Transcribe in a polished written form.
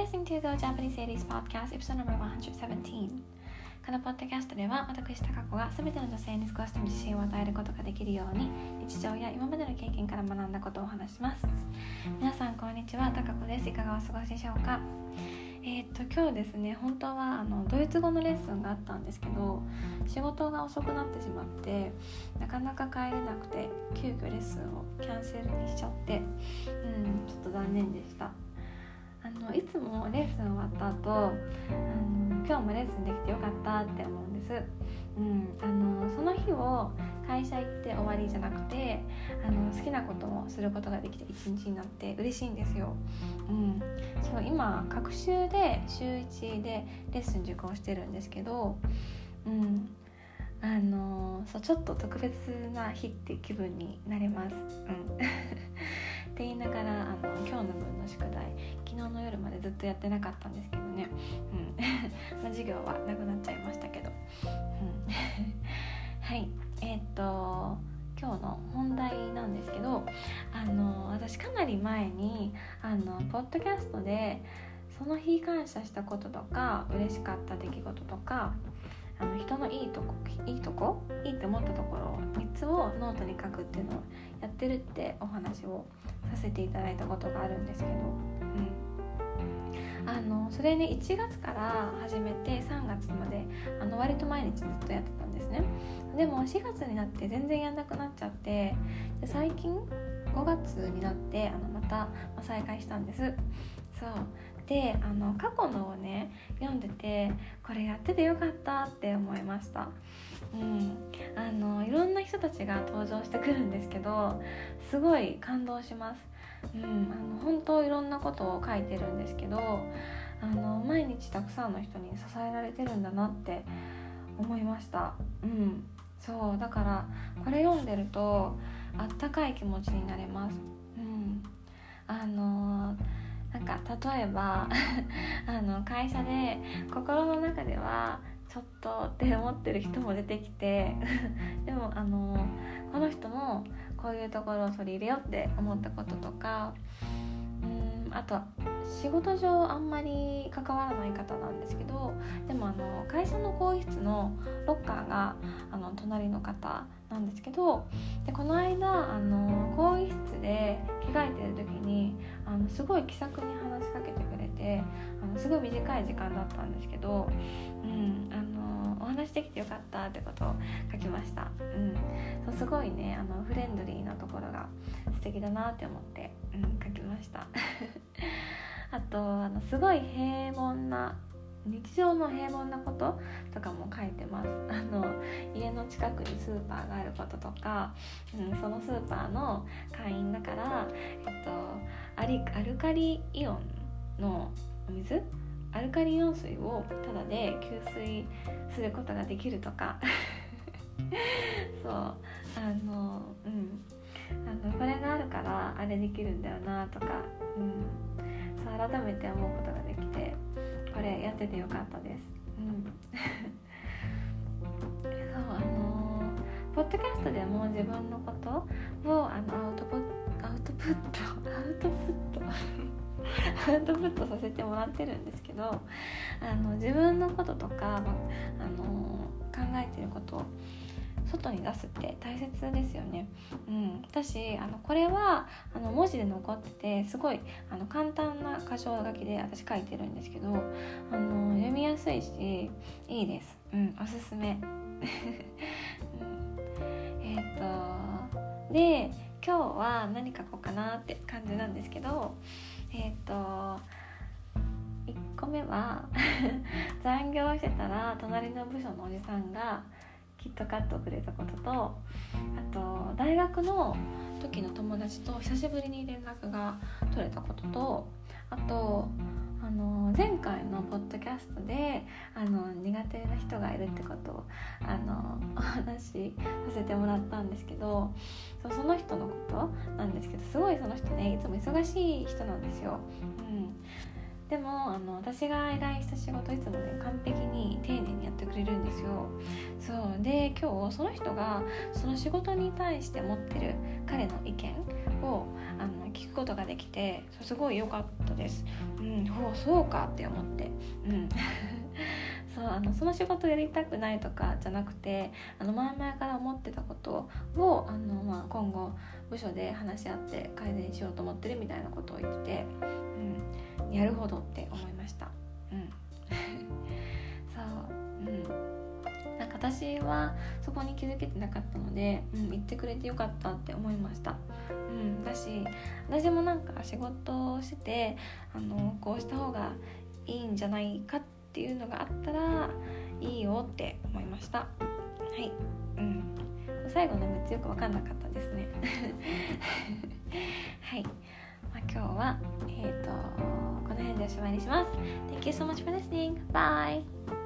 listening to the Japanese Ladies Podcast episode number 117. このポッドキャストでは私タカ子が全ての女性に少しでも自信を与えることができるように日常や今までの経験から学んだことをお話します。皆さんこんにちは、タカ子です。いかがお過ごしでしょうか。今日ですね、本当はドイツ語のレッスンがあったんですけど、仕事が遅くなってしまってなかなか帰れなくて、急遽レッスンをキャンセルにしちゃって、ちょっと残念でした。いつもレッスン終わった後、今日もレッスンできてよかったって思うんです。その日を会社行って終わりじゃなくて、好きなこともすることができて一日になって嬉しいんですよ。そう、今学習で週1でレッスン受講してるんですけど、そうちょっと特別な日って気分になれます。って言いながら今日の分の宿題、昨日の夜までずっとやってなかったんですけどね、授業はなくなっちゃいましたけど、はい、今日の本題なんですけど、私かなり前にポッドキャストでその日感謝したこととか嬉しかった出来事とか人のいいとこいいって思ったところ3つをノートに書くっていうのをやってるってお話をさせていただいたことがあるんですけど、それね1月から始めて3月まで割と毎日ずっとやってたんですね。でも4月になって全然やんなくなっちゃって、で最近5月になってまた再開したんです。そうで過去のをね読んでて、これやっててよかったって思いました。いろんな人たちが登場してくるんですけど、すごい感動します。本当いろんなことを書いてるんですけど、毎日たくさんの人に支えられてるんだなって思いました。そうだからこれ読んでるとあったかい気持ちになれます。なんか例えば会社で心の中ではちょっとって思ってる人も出てきてでもこの人もこういうところを取り入れようって思ったこととか、あと仕事上あんまり関わらない方なんですけど、でも会社の更衣室のロッカーが隣の方なんですけど、でこの間更衣室で着替えてる時にすごい気さくに話しかけてくれて、すごい短い時間だったんですけど、お話できてよかったってことを書きました。そうすごいねフレンドリーなところが素敵だなって思って、書きましたあとすごい日常の平凡なこととかも書いてます。家の近くにスーパーがあることとか、そのスーパーの会員だから、アルカリイオンの水、アルカリイオン水をタダで給水することができるとかそうこれがあるからあれできるんだよなとか、そう改めて思うことができて、これやっててよかったです。そうポッドキャストでも自分のことをアウトプットさせてもらってるんですけど、自分のこととか、考えてることを外に出すって大切ですよね。私これは文字で残ってて、すごい簡単な箇条書きで私書いてるんですけど、読みやすいしいいです。おすすめで今日は何書こうかなって感じなんですけど、1個目は残業してたら隣の部署のおじさんがキットカットをくれたことと、あと大学の時の友達と久しぶりに連絡が取れたことと、あと前回のポッドキャストで苦手な人がいるってことをお話しさせてもらったんですけど、その人のことなんですけど、すごいその人ねいつも忙しい人なんですよ。でも私が依頼した仕事いつもね完璧に丁寧にやってくれるんですよ。そうで今日その人がその仕事に対して持ってる彼の意見を聞くことができて、すごい良かったです。 そうかって思って、そうその仕事やりたくないとかじゃなくて、前々から思ってたことを今後部署で話し合って改善しようと思ってるみたいなことを言ってて、やるほどって思いました。なんか私はそこに気づけてなかったので、言ってくれてよかったって思いました。だし私もなんか仕事をしててこうした方がいいんじゃないかっていうのがあったらいいよって思いました。はい、最後の3つよく分かんなかったですね。はい、今日はこの辺でおしまいにします。Thank you so much for listening. Bye!